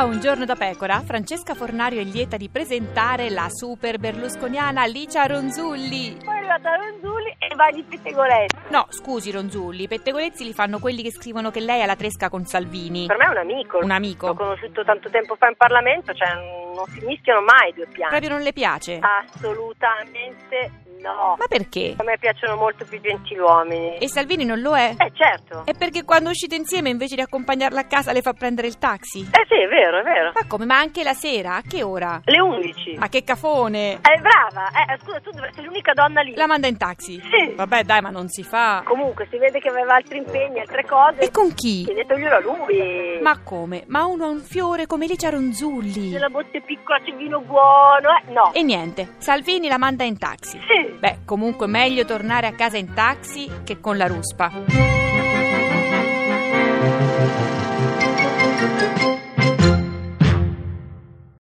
A Un giorno da pecora, Francesca Fornario è lieta di presentare la super berlusconiana Licia Ronzulli. Poi è arrivata Ronzulli e vai di pettegolezzi. No, scusi Ronzulli, i pettegolezzi li fanno quelli che scrivono che lei ha la tresca con Salvini. Per me è un amico. Un amico? L'ho conosciuto tanto tempo fa in Parlamento, cioè non si mischiano mai i due piani. Proprio non le piace? Assolutamente no. Ma perché? A me piacciono molto più gentiluomini. E Salvini non lo è? Certo. È perché quando uscite insieme invece di accompagnarla a casa le fa prendere il taxi? Sì, è vero, è vero. Ma come? Ma anche la sera? A che ora? Le 11. Ma che cafone! Brava. Scusa, tu sei l'unica donna lì. La manda in taxi? Sì. Vabbè dai, ma non si fa. Comunque si vede che aveva altri impegni, altre cose. E con chi? Chiedetoglielo a lui. Ma come? Ma uno ha un fiore come Licia Ronzulli? Se la botte piccola c'è vino buono, no. E niente, Salvini la manda in taxi. Sì. Beh, comunque meglio tornare a casa in taxi che con la ruspa.